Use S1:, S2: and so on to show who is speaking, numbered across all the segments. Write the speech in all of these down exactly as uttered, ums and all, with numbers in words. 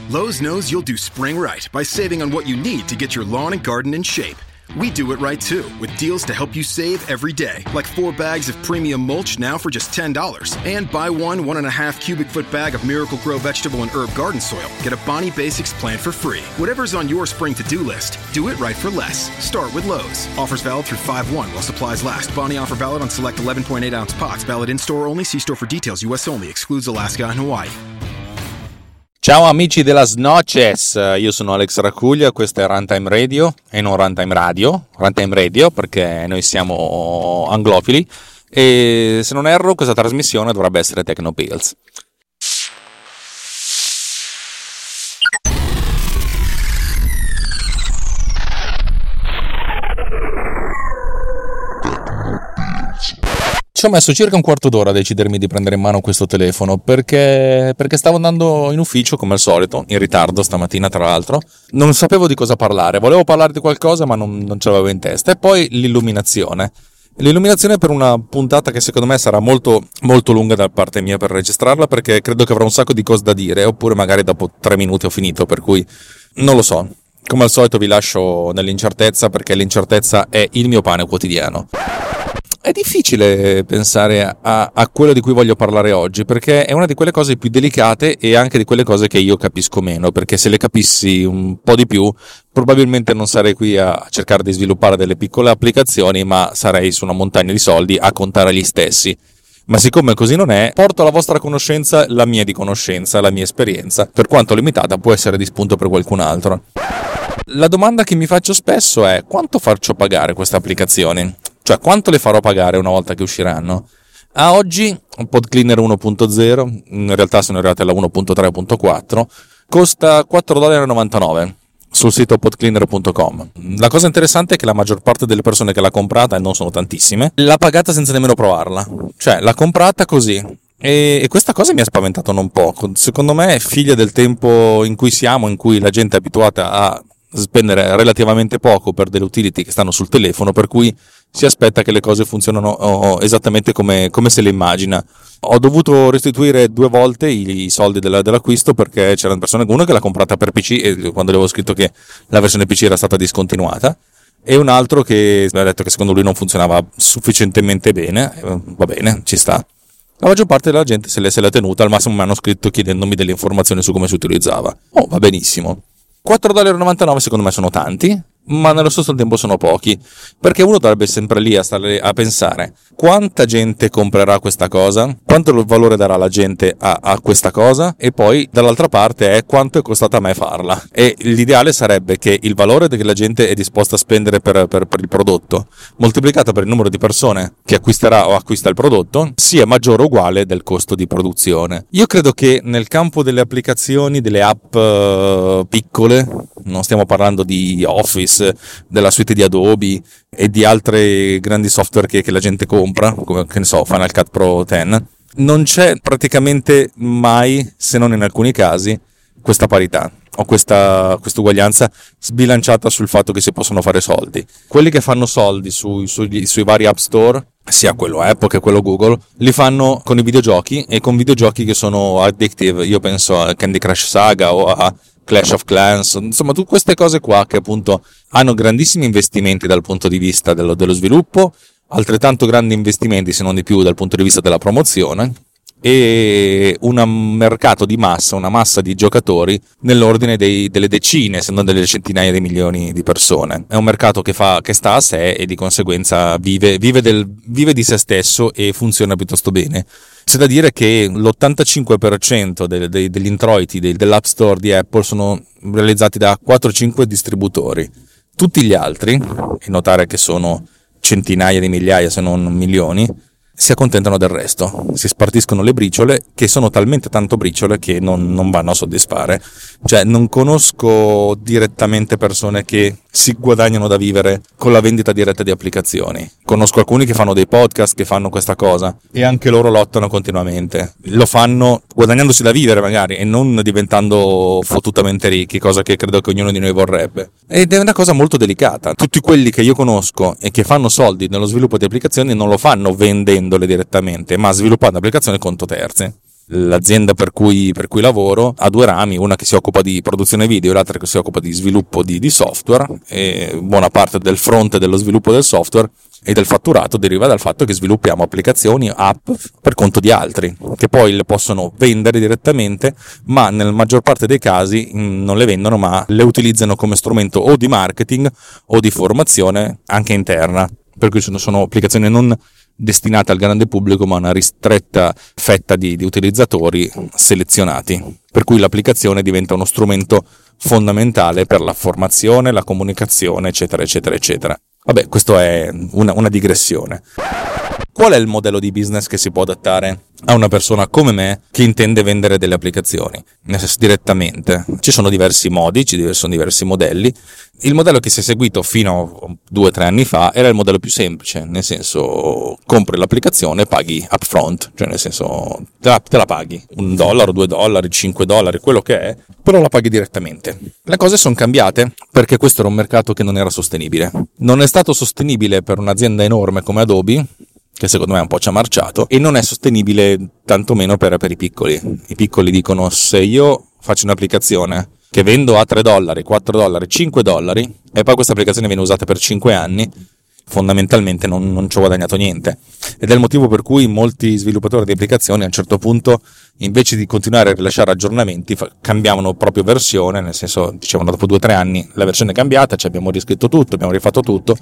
S1: Lowe's knows you'll do spring right by saving on what you need to get your lawn and garden in shape. We do it right too, with deals to help you save every day, like four bags of premium mulch now for just ten dollars. And buy one one and a half cubic foot bag of Miracle Grow vegetable and herb garden soil. Get a Bonnie Basics plant for free. Whatever's on your spring to-do list, do it right for less. Start with Lowe's. Offers valid through five one while supplies last. Bonnie offer valid on select eleven point eight ounce pots. Valid in-store only. See store for details. U S only. Excludes Alaska and Hawaii.
S2: Ciao amici della Snoches, io sono Alex Racuglia, questo è Runtime Radio e non Runtime Radio, Runtime Radio perché noi siamo anglofili e se non erro questa trasmissione dovrebbe essere Techno Pills. Ci ho messo circa un quarto d'ora a decidermi di prendere in mano questo telefono perché, perché stavo andando in ufficio come al solito, in ritardo stamattina tra l'altro, non sapevo di cosa parlare, volevo parlare di qualcosa ma non, non ce l'avevo in testa. E poi l'illuminazione, l'illuminazione per una puntata che secondo me sarà molto, molto lunga da parte mia per registrarla, perché credo che avrò un sacco di cose da dire, oppure magari dopo tre minuti ho finito, per cui non lo so. Come al solito vi lascio nell'incertezza perché l'incertezza è il mio pane quotidiano. È difficile pensare a, a quello di cui voglio parlare oggi, perché è una di quelle cose più delicate e anche di quelle cose che io capisco meno, perché se le capissi un po' di più probabilmente non sarei qui a cercare di sviluppare delle piccole applicazioni, ma sarei su una montagna di soldi a contare gli stessi. Ma siccome così non è, porto alla vostra conoscenza la mia di conoscenza, la mia esperienza, per quanto limitata può essere di spunto per qualcun altro. La domanda che mi faccio spesso è: quanto faccio pagare queste applicazioni? Cioè, quanto le farò pagare una volta che usciranno? A oggi, PodCleaner uno punto zero, in realtà sono arrivati alla uno punto tre punto quattro, costa quattro virgola novantanove dollari sul sito podcleaner punto com. La cosa interessante è che la maggior parte delle persone che l'ha comprata, e non sono tantissime, l'ha pagata senza nemmeno provarla. Cioè, l'ha comprata così. E, e questa cosa mi ha spaventato non poco. Secondo me è figlia del tempo in cui siamo, in cui la gente è abituata a spendere relativamente poco per delle utility che stanno sul telefono, per cui si aspetta che le cose funzionano oh, esattamente come, come se le immagina. Ho dovuto restituire due volte i, i soldi della, dell'acquisto perché c'erano persone, uno che l'ha comprata per P C e quando le avevo scritto che la versione P C era stata discontinuata, e un altro che mi ha detto che secondo lui non funzionava sufficientemente bene. Va bene, ci sta. La maggior parte della gente se l'è, se l'è tenuta, al massimo mi hanno scritto chiedendomi delle informazioni su come si utilizzava. Oh, va benissimo. quattro virgola novantanove dollari secondo me sono tanti, ma nello stesso tempo sono pochi, perché uno dovrebbe sempre lì a stare a pensare: quanta gente comprerà questa cosa, quanto valore darà la gente a, a questa cosa, e poi dall'altra parte è quanto è costata a me farla. E l'ideale sarebbe che il valore che la gente è disposta a spendere per, per, per il prodotto moltiplicato per il numero di persone che acquisterà o acquista il prodotto sia maggiore o uguale del costo di produzione. Io credo che nel campo delle applicazioni, delle app uh, piccole, non stiamo parlando di Office, della suite di Adobe e di altri grandi software che, che la gente compra, come che ne so, Final Cut Pro dieci, non c'è praticamente mai, se non in alcuni casi, questa parità o questa, questa uguaglianza sbilanciata sul fatto che si possono fare soldi. Quelli che fanno soldi sui, sui, sui vari app store, sia quello Apple che quello Google, li fanno con i videogiochi, e con videogiochi che sono addictive. Io penso a Candy Crush Saga o a Clash of Clans, insomma tutte queste cose qua che appunto hanno grandissimi investimenti dal punto di vista dello, dello sviluppo, altrettanto grandi investimenti se non di più dal punto di vista della promozione, e un mercato di massa, una massa di giocatori nell'ordine dei, delle decine se non delle centinaia di milioni di persone. È un mercato che fa che sta a sé e di conseguenza vive, vive, del, vive di se stesso e funziona piuttosto bene. C'è da dire che l'ottantacinque per cento dei, dei, degli introiti dei, dell'App Store di Apple sono realizzati da quattro cinque distributori. Tutti gli altri, e notare che sono centinaia di migliaia se non milioni, si accontentano del resto, si spartiscono le briciole, che sono talmente tanto briciole che non, non vanno a soddisfare. Cioè, non conosco direttamente persone che si guadagnano da vivere con la vendita diretta di applicazioni. Conosco alcuni che fanno dei podcast che fanno questa cosa e anche loro lottano continuamente. Lo fanno guadagnandosi da vivere magari e non diventando fottutamente ricchi, cosa che credo che ognuno di noi vorrebbe. Ed è una cosa molto delicata. Tutti quelli che io conosco e che fanno soldi nello sviluppo di applicazioni non lo fanno vendendole direttamente, ma sviluppando applicazioni conto terzi. L'azienda per cui, per cui lavoro ha due rami, una che si occupa di produzione video e l'altra che si occupa di sviluppo di, di software, e buona parte del fronte dello sviluppo del software e del fatturato deriva dal fatto che sviluppiamo applicazioni, app per conto di altri, che poi le possono vendere direttamente, ma nella maggior parte dei casi non le vendono, ma le utilizzano come strumento o di marketing o di formazione anche interna, per cui sono, sono applicazioni non destinate al grande pubblico ma a una ristretta fetta di, di utilizzatori selezionati, per cui l'applicazione diventa uno strumento fondamentale per la formazione, la comunicazione, eccetera eccetera eccetera. Vabbè, questo è una, una digressione. Qual è il modello di business che si può adattare a una persona come me che intende vendere delle applicazioni? Nel senso, direttamente. Ci sono diversi modi, ci sono diversi modelli. Il modello che si è seguito fino a due o tre anni fa era il modello più semplice, nel senso compri l'applicazione e paghi upfront, cioè nel senso te la, te la paghi, un dollaro, due dollari, cinque dollari, quello che è, però la paghi direttamente. Le cose sono cambiate perché questo era un mercato che non era sostenibile. Non è stato sostenibile per un'azienda enorme come Adobe, che secondo me un po' ci ha marciato, e non è sostenibile tantomeno per, per i piccoli. I piccoli dicono: se io faccio un'applicazione che vendo a tre dollari, quattro dollari, cinque dollari e poi questa applicazione viene usata per cinque anni, fondamentalmente non, non ci ho guadagnato niente. Ed è il motivo per cui molti sviluppatori di applicazioni a un certo punto, invece di continuare a rilasciare aggiornamenti, fa- cambiavano proprio versione, nel senso dicevano dopo due o tre anni la versione è cambiata, ci abbiamo riscritto tutto, abbiamo rifatto tutto,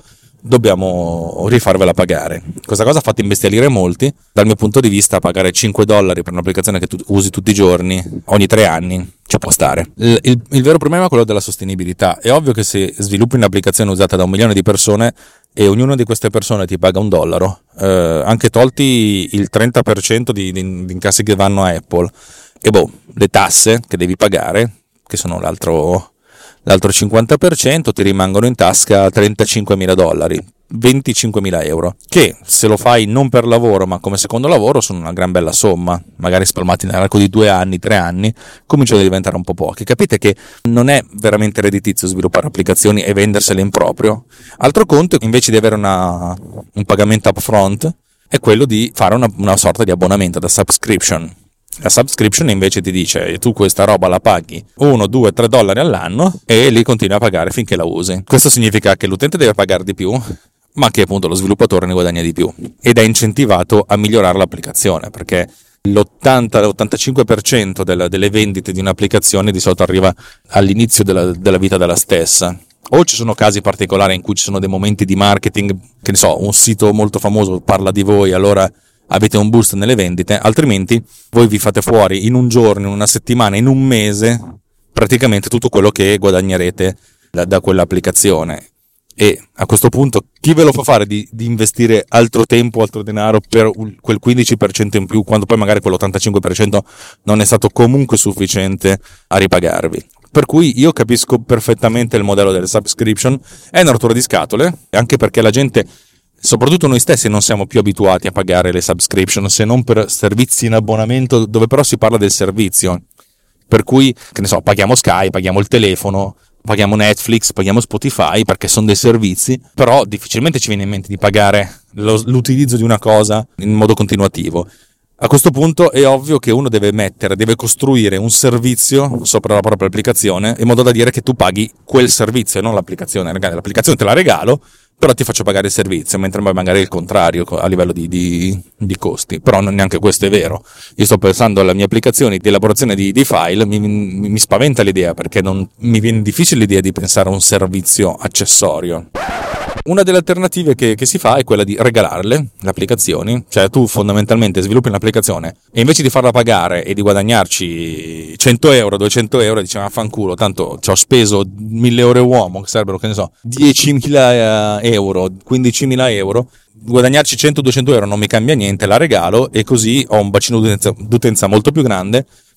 S2: dobbiamo rifarvela pagare. Questa cosa ha fatto imbestialire molti. Dal mio punto di vista, pagare cinque dollari per un'applicazione che tu usi tutti i giorni, ogni tre anni, ci può stare. Il, il, il vero problema è quello della sostenibilità. È ovvio che se sviluppi un'applicazione usata da un milione di persone e ognuna di queste persone ti paga un dollaro, eh, anche tolti il trenta per cento di, di, di incassi che vanno a Apple, e boh, le tasse che devi pagare, che sono l'altro... L'altro cinquanta per cento, ti rimangono in tasca trentacinquemila dollari, venticinquemila euro, che se lo fai non per lavoro ma come secondo lavoro sono una gran bella somma, magari spalmati nell'arco di due anni, tre anni, cominciano a diventare un po' pochi. Capite che non è veramente redditizio sviluppare applicazioni e vendersele in proprio. Altro conto, invece di avere una, un pagamento upfront, è quello di fare una, una sorta di abbonamento da subscription. La subscription invece ti dice: tu questa roba la paghi uno, due, tre dollari all'anno e li continui a pagare finché la usi. Questo significa che l'utente deve pagare di più, ma che appunto lo sviluppatore ne guadagna di più ed è incentivato a migliorare l'applicazione, perché l'ottanta ottantacinque per cento delle, delle vendite di un'applicazione di solito arriva all'inizio della, della vita della stessa. O ci sono casi particolari in cui ci sono dei momenti di marketing, che ne so, un sito molto famoso parla di voi, allora avete un boost nelle vendite, altrimenti voi vi fate fuori in un giorno, in una settimana, in un mese praticamente tutto quello che guadagnerete da, da quell'applicazione. E a questo punto chi ve lo fa fare di, di investire altro tempo, altro denaro per quel quindici per cento in più, quando poi magari quell'ottantacinque per cento non è stato comunque sufficiente a ripagarvi? Per cui io capisco perfettamente il modello delle subscription, è una rottura di scatole, anche perché la gente, soprattutto noi stessi, non siamo più abituati a pagare le subscription, se non per servizi in abbonamento, dove però si parla del servizio, per cui, che ne so, paghiamo Sky, paghiamo il telefono, paghiamo Netflix, paghiamo Spotify, perché sono dei servizi, però difficilmente ci viene in mente di pagare lo, l'utilizzo di una cosa in modo continuativo. A questo punto è ovvio che uno deve mettere, deve costruire un servizio sopra la propria applicazione, in modo da dire che tu paghi quel servizio e non l'applicazione. L'applicazione te la regalo, però ti faccio pagare il servizio, mentre magari è il contrario a livello di, di, di costi. Però non neanche questo è vero. Io sto pensando alla mia applicazione di elaborazione di, di file, mi, mi, mi spaventa l'idea, perché non, mi viene difficile l'idea di pensare a un servizio accessorio. Una delle alternative che, che si fa è quella di regalarle, le applicazioni, cioè tu fondamentalmente sviluppi un'applicazione e invece di farla pagare e di guadagnarci cento euro, duecento euro, dici ma fanculo, tanto ci ho speso mille euro uomo, che sarebbero, che ne so, diecimila euro, quindicimila euro, guadagnarci cento duecento euro non mi cambia niente, la regalo e così ho un bacino d'utenza, d'utenza molto più grande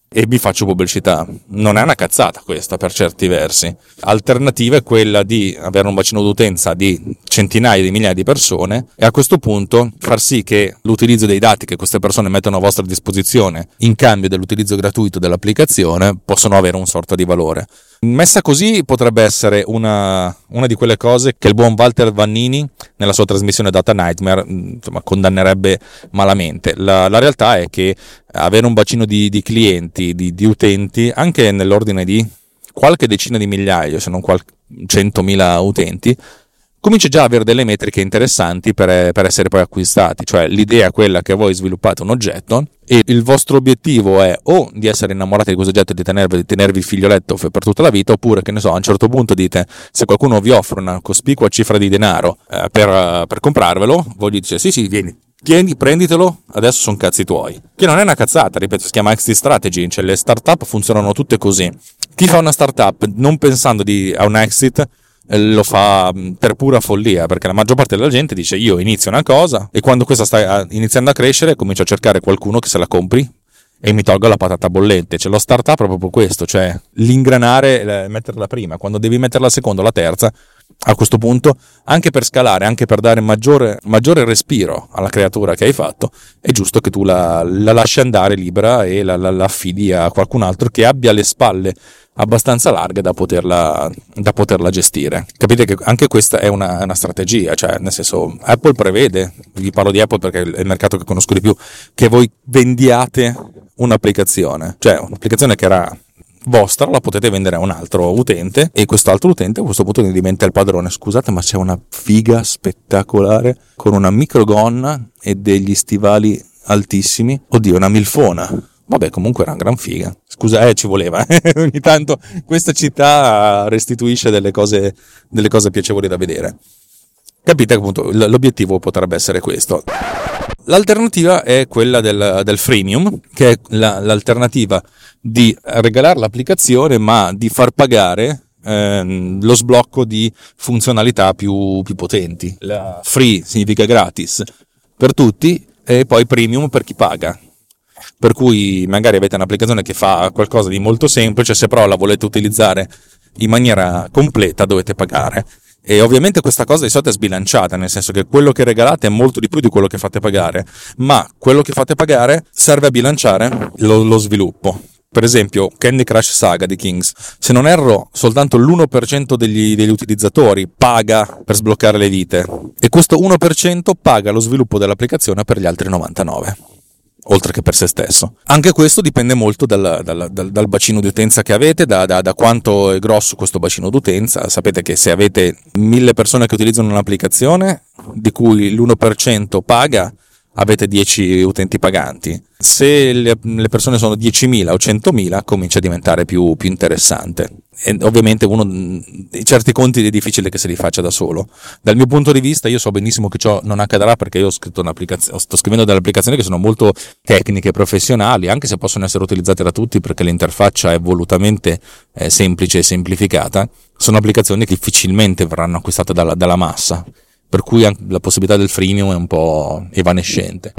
S2: e mi faccio pubblicità. Non è una cazzata questa per certi versi. Alternativa è quella di avere un bacino d'utenza di centinaia di migliaia di persone e a questo punto far sì che l'utilizzo dei dati che queste persone mettono a vostra disposizione in cambio dell'utilizzo gratuito dell'applicazione possono avere un sorta di valore. Messa così potrebbe essere una, una di quelle cose che il buon Walter Vannini nella sua trasmissione Data Nightmare insomma, condannerebbe malamente. La, la realtà è che avere un bacino di, di clienti, di, di utenti, anche nell'ordine di qualche decina di migliaia, se non qualche centomila utenti, comincia già a avere delle metriche interessanti per, per essere poi acquistati. Cioè l'idea è quella che voi sviluppate un oggetto e il vostro obiettivo è o di essere innamorati di questo oggetto e di tenervi, di tenervi il figlioletto per tutta la vita, oppure che ne so, a un certo punto dite, se qualcuno vi offre una cospicua cifra di denaro eh, per, per comprarvelo, voi gli dite sì sì vieni, tieni, prenditelo, adesso sono cazzi tuoi. Che non è una cazzata, ripeto, si chiama exit strategy, cioè le startup funzionano tutte così. Chi fa una startup non pensando di, a un exit lo fa per pura follia, perché la maggior parte della gente dice io inizio una cosa e quando questa sta iniziando a crescere comincio a cercare qualcuno che se la compri e mi tolga la patata bollente. Cioè lo startup è proprio questo, cioè l'ingranare, metterla prima, quando devi metterla la seconda o la terza, a questo punto anche per scalare, anche per dare maggiore, maggiore respiro alla creatura che hai fatto, è giusto che tu la, la lasci andare libera e la, la, la affidi a qualcun altro che abbia le spalle abbastanza larghe da poterla, da poterla gestire. Capite che anche questa è una, una strategia, cioè nel senso Apple prevede, vi parlo di Apple perché è il mercato che conosco di più, che voi vendiate un'applicazione, cioè un'applicazione che era vostra la potete vendere a un altro utente e quest'altro utente a questo punto ne diventa il padrone. Scusate, ma c'è una figa spettacolare con una microgonna e degli stivali altissimi, oddio, una milfona. Vabbè, comunque era una gran figa. Scusa, eh, ci voleva. Ogni tanto questa città restituisce delle cose, delle cose piacevoli da vedere. Capite che appunto l'obiettivo potrebbe essere questo. L'alternativa è quella del, del freemium, che è la, l'alternativa di regalare l'applicazione ma di far pagare ehm, lo sblocco di funzionalità più, più potenti. La free significa gratis per tutti e poi premium per chi paga. Per cui magari avete un'applicazione che fa qualcosa di molto semplice, se però la volete utilizzare in maniera completa dovete pagare. E ovviamente questa cosa di solito è sbilanciata, nel senso che quello che regalate è molto di più di quello che fate pagare, ma quello che fate pagare serve a bilanciare lo, lo sviluppo. Per esempio Candy Crush Saga di Kings, se non erro soltanto l'uno per cento degli, degli utilizzatori paga per sbloccare le vite e questo uno per cento paga lo sviluppo dell'applicazione per gli altri novantanove, oltre che per se stesso. Anche questo dipende molto dal, dal, dal, dal bacino di utenza che avete, da, da, da quanto è grosso questo bacino d'utenza. Sapete che se avete mille persone che utilizzano un'applicazione, di cui l'uno per cento paga, avete dieci utenti paganti. Se le, le persone sono diecimila o centomila, comincia a diventare più, più interessante. E ovviamente uno certi conti è difficile che se li faccia da solo. Dal mio punto di vista io so benissimo che ciò non accadrà, perché io ho scritto un'applicazione, sto scrivendo delle applicazioni che sono molto tecniche e professionali, anche se possono essere utilizzate da tutti perché l'interfaccia è volutamente eh, semplice e semplificata. Sono applicazioni che difficilmente verranno acquistate dalla, dalla massa, per cui anche la possibilità del freemium è un po' evanescente.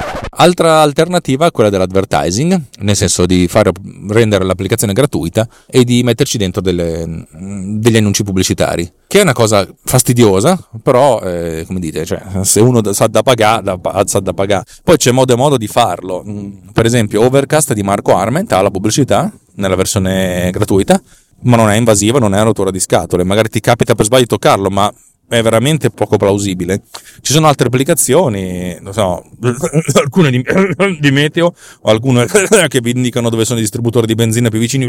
S2: Altra alternativa è quella dell'advertising, nel senso di fare, rendere l'applicazione gratuita e di metterci dentro delle, degli annunci pubblicitari, che è una cosa fastidiosa, però eh, come dite, cioè, se uno sa da pagare, da, sa da pagare. Poi c'è modo e modo di farlo. Per esempio Overcast di Marco Arment ha la pubblicità nella versione gratuita, ma non è invasiva, non è una rottura di scatole. Magari ti capita per sbaglio di toccarlo, ma è veramente poco plausibile. Ci sono altre applicazioni, non so, alcune di, di meteo o alcune che vi indicano dove sono i distributori di benzina più vicini,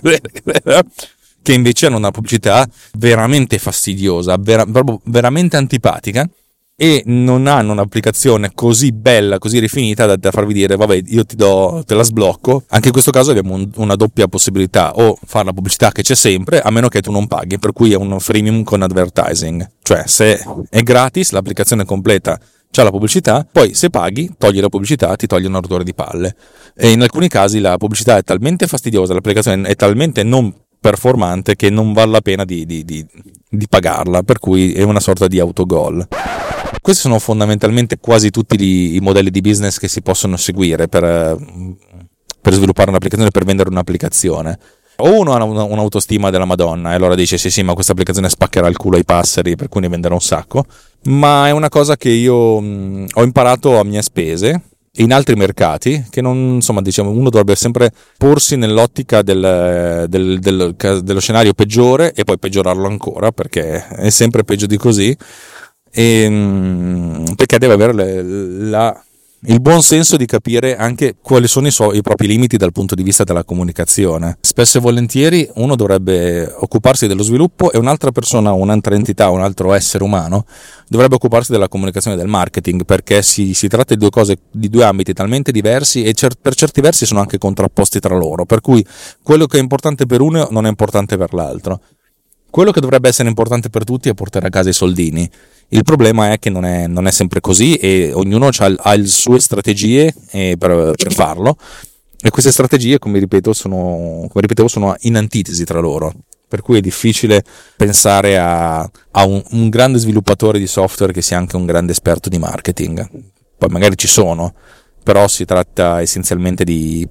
S2: che invece hanno una pubblicità veramente fastidiosa, vera, proprio veramente antipatica, e non hanno un'applicazione così bella, così rifinita da, da farvi dire vabbè io ti do, te la sblocco. Anche in questo caso abbiamo un, una doppia possibilità: o fare la pubblicità che c'è sempre, a meno che tu non paghi, per cui è uno freemium con advertising, cioè se è gratis l'applicazione completa c'ha la pubblicità, poi se paghi togli la pubblicità, ti togli un rotore di palle. E in alcuni casi la pubblicità è talmente fastidiosa, l'applicazione è talmente non performante che non vale la pena di, di, di, di pagarla, per cui è una sorta di autogol. Questi sono fondamentalmente quasi tutti i modelli di business che si possono seguire per, per sviluppare un'applicazione, per vendere un'applicazione. O uno ha una, un'autostima della Madonna e allora dice sì sì ma questa applicazione spaccherà il culo ai passeri per cui ne venderà un sacco, ma è una cosa che io mh, ho imparato a mie spese in altri mercati, che non, insomma, diciamo, uno dovrebbe sempre porsi nell'ottica del, del, del, dello scenario peggiore e poi peggiorarlo ancora, perché è sempre peggio di così, e, mh, perché deve avere le, la il buon senso di capire anche quali sono i, suoi, i propri limiti dal punto di vista della comunicazione. Spesso e volentieri uno dovrebbe occuparsi dello sviluppo e un'altra persona, un'altra entità, un altro essere umano dovrebbe occuparsi della comunicazione e del marketing, perché si, si tratta di due cose, di due ambiti talmente diversi e cer- per certi versi sono anche contrapposti tra loro, per cui quello che è importante per uno non è importante per l'altro. Quello che dovrebbe essere importante per tutti è portare a casa i soldini. Il problema è che non è, non è sempre così e ognuno ha, ha le sue strategie per, per farlo, e queste strategie, come ripeto, sono, come ripetevo, sono in antitesi tra loro, per cui è difficile pensare a, a un, un grande sviluppatore di software che sia anche un grande esperto di marketing. Poi magari ci sono, però si tratta essenzialmente di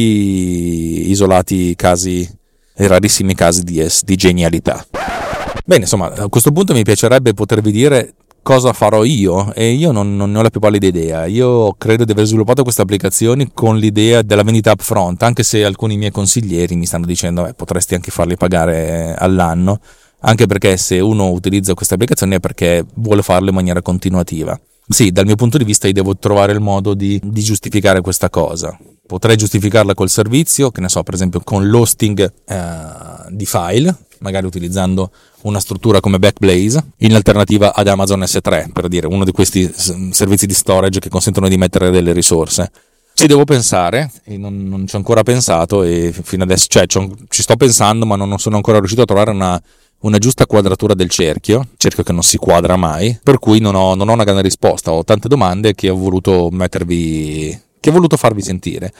S2: pochi isolati casi e rarissimi casi di, di genialità. Bene, insomma, a questo punto mi piacerebbe potervi dire cosa farò io, e io non, non ne ho la più pallida idea. Io credo di aver sviluppato queste applicazioni con l'idea della vendita upfront, anche se alcuni miei consiglieri mi stanno dicendo eh, potresti anche farli pagare all'anno, anche perché se uno utilizza queste applicazioni è perché vuole farle in maniera continuativa. Sì, dal mio punto di vista io devo trovare il modo di, di giustificare questa cosa. Potrei giustificarla col servizio, che ne so, per esempio con l'hosting eh, di file, magari utilizzando una struttura come Backblaze, in alternativa ad Amazon S tre, per dire, uno di questi servizi di storage che consentono di mettere delle risorse. Ci devo pensare, e non, non ci ho ancora pensato, e fino adesso, cioè ci sto pensando, ma non sono ancora riuscito a trovare una, una giusta quadratura del cerchio, cerchio che non si quadra mai, per cui non ho, non ho una grande risposta, ho tante domande che ho voluto mettervi, che ho voluto farvi sentire.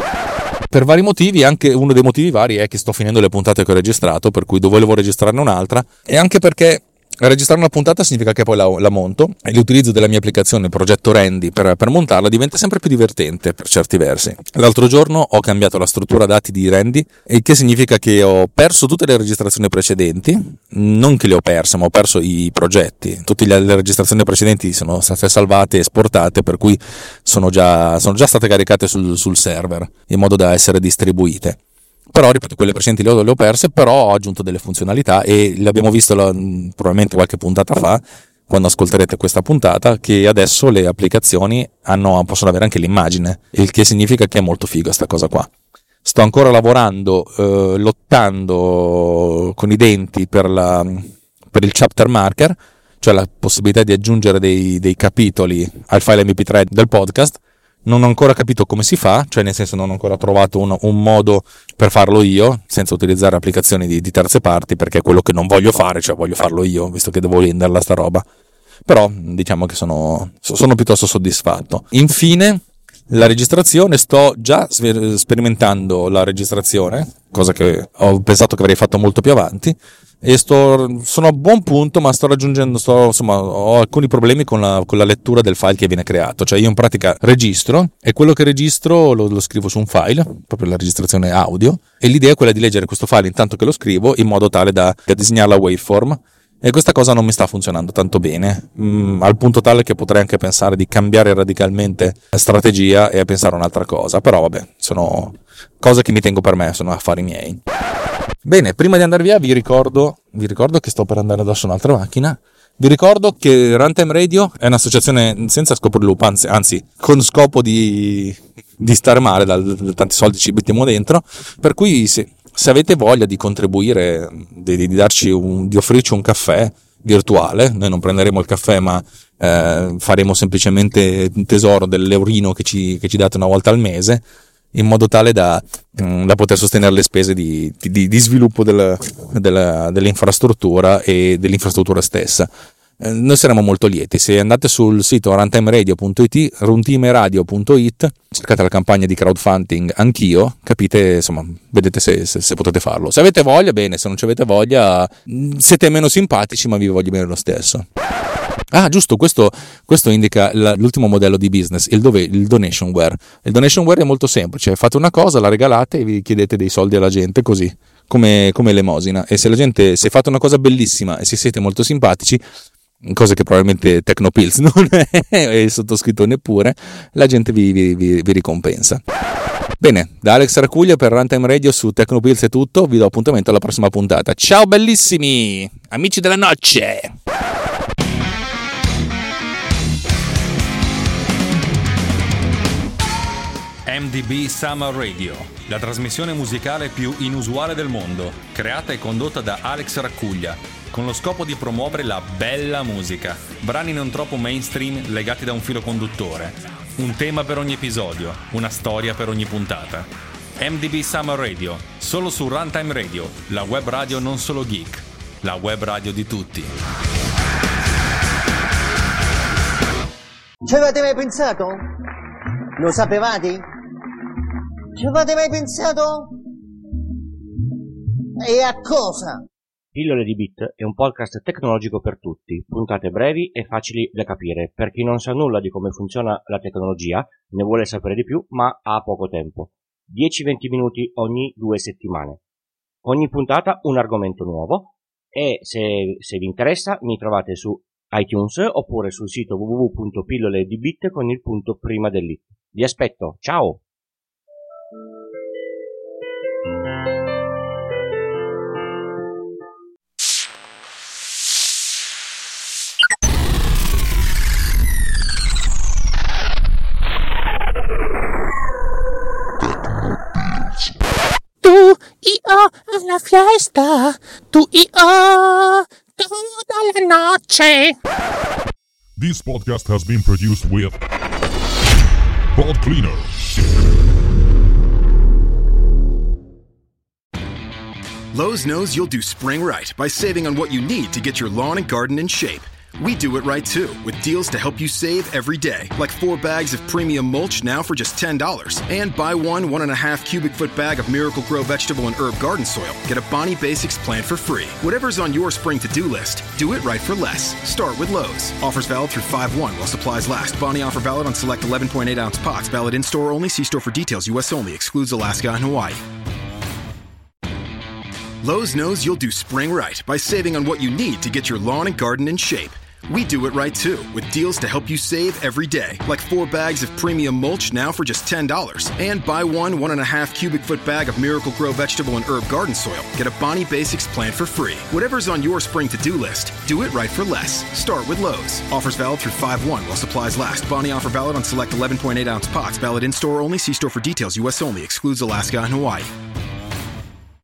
S2: Per vari motivi, anche uno dei motivi vari è che sto finendo le puntate che ho registrato, per cui volevo registrarne un'altra, e anche perché registrare una puntata significa che poi la, la monto, e l'utilizzo della mia applicazione Progetto Randy per, per montarla diventa sempre più divertente per certi versi. L'altro giorno ho cambiato la struttura dati di Randy, il che significa che ho perso tutte le registrazioni precedenti, non che le ho perse, ma ho perso i progetti. Tutte le registrazioni precedenti sono state salvate e esportate, per cui sono già, sono già state caricate sul, sul server in modo da essere distribuite. Però, ripeto, quelle precedenti le ho, le ho perse, però ho aggiunto delle funzionalità, e l'abbiamo visto la, probabilmente qualche puntata fa, quando ascolterete questa puntata, che adesso le applicazioni hanno, possono avere anche l'immagine, il che significa che è molto figo sta cosa qua. Sto ancora lavorando, eh, lottando con i denti per, la, per il chapter marker, cioè la possibilità di aggiungere dei, dei capitoli al file emme pi tre del podcast. Non ho ancora capito come si fa, cioè nel senso non ho ancora trovato un, un modo per farlo io, senza utilizzare applicazioni di, di terze parti, perché è quello che non voglio fare, cioè voglio farlo io, visto che devo venderla sta roba. Però diciamo che sono, sono piuttosto soddisfatto. Infine, la registrazione, sto già sperimentando la registrazione, cosa che ho pensato che avrei fatto molto più avanti, e sto, sono a buon punto, ma sto raggiungendo, sto, insomma, ho alcuni problemi con la, con la lettura del file che viene creato. Cioè io in pratica registro, e quello che registro lo, lo scrivo su un file, proprio la registrazione audio, e l'idea è quella di leggere questo file intanto che lo scrivo, in modo tale da, da disegnare la waveform, e questa cosa non mi sta funzionando tanto bene, mm, al punto tale che potrei anche pensare di cambiare radicalmente la strategia e a pensare a un'altra cosa. Però vabbè, sono cose che mi tengo per me, sono affari miei. Bene, prima di andare via vi ricordo, vi ricordo che sto per andare addosso un'altra macchina. Vi ricordo che Runtime Radio è un'associazione senza scopo di lucro, anzi, anzi con scopo di, di stare male, da, da tanti soldi ci mettiamo dentro, per cui se, se avete voglia di contribuire, di, di, darci un, di offrirci un caffè virtuale, noi non prenderemo il caffè, ma eh, faremo semplicemente un tesoro dell'eurino che ci, che ci date una volta al mese, in modo tale da, da poter sostenere le spese di, di, di sviluppo del, della, dell'infrastruttura e dell'infrastruttura stessa. Eh, noi saremo molto lieti. Se andate sul sito runtimeradio punto it, runtimeradio punto it, cercate la campagna di crowdfunding Anch'io, capite, insomma, vedete se, se, se potete farlo. Se avete voglia, bene; se non ci avete voglia, siete meno simpatici, ma vi voglio bene lo stesso. Ah, giusto, questo, questo indica la, l'ultimo modello di business, il, dove, il donationware. Il donationware è molto semplice, fate una cosa, la regalate e vi chiedete dei soldi alla gente, così, come, come elemosina. E se la gente, se fate una cosa bellissima e se siete molto simpatici, cose che probabilmente Tecnopills non è, e il sottoscritto neppure, la gente vi, vi, vi, vi ricompensa. Bene, da Alex Racuglia per Runtime Radio su Tecnopills è tutto, vi do appuntamento alla prossima puntata. Ciao bellissimi, amici della noce!
S3: M D B Summer Radio, la trasmissione musicale più inusuale del mondo, creata e condotta da Alex Racuglia, con lo scopo di promuovere la bella musica, brani non troppo mainstream legati da un filo conduttore, un tema per ogni episodio, una storia per ogni puntata. M D B Summer Radio, solo su Runtime Radio, la web radio non solo geek, la web radio di tutti.
S4: Ci avete mai pensato? Lo sapevate? Ci avete mai pensato? E a cosa?
S5: Pillole di Bit è un podcast tecnologico per tutti, puntate brevi e facili da capire per chi non sa nulla di come funziona la tecnologia, ne vuole sapere di più ma ha poco tempo. dieci venti minuti ogni due settimane. Ogni puntata un argomento nuovo e se, se vi interessa mi trovate su iTunes oppure sul sito w w w punto pillole di bit con il punto prima dell'it. Vi aspetto, ciao!
S6: Tu, io, alla fiesta, tu, io, toda la noche.
S7: This podcast has been produced with Pod Cleaner.
S1: Lowe's knows you'll do spring right by saving on what you need to get your lawn and garden in shape. We do it right too, with deals to help you save every day, like four bags of premium mulch now for just ten dollars. And buy one one and a half cubic foot bag of Miracle-Gro vegetable and herb garden soil. Get a Bonnie Basics plant for free. Whatever's on your spring to-do list, do it right for less. Start with Lowe's. Offers valid through five one while supplies last. Bonnie offer valid on select eleven point eight ounce pots. Valid in-store only. See store for details. U S only. Excludes Alaska and Hawaii. Lowe's knows you'll do spring right by saving on what you need to get your lawn and garden in shape. We do it right too, with deals to help you save every day, like four bags of premium mulch now for just ten dollars. And buy one one and a half cubic foot bag of Miracle-Gro vegetable and herb garden soil. Get a Bonnie Basics plant for free. Whatever's on your spring to-do list, do it right for less. Start with Lowe's. Offers valid through five one while supplies last. Bonnie offer valid on select eleven point eight ounce pots. Valid in-store only. See store for details. U S only. Excludes Alaska and Hawaii.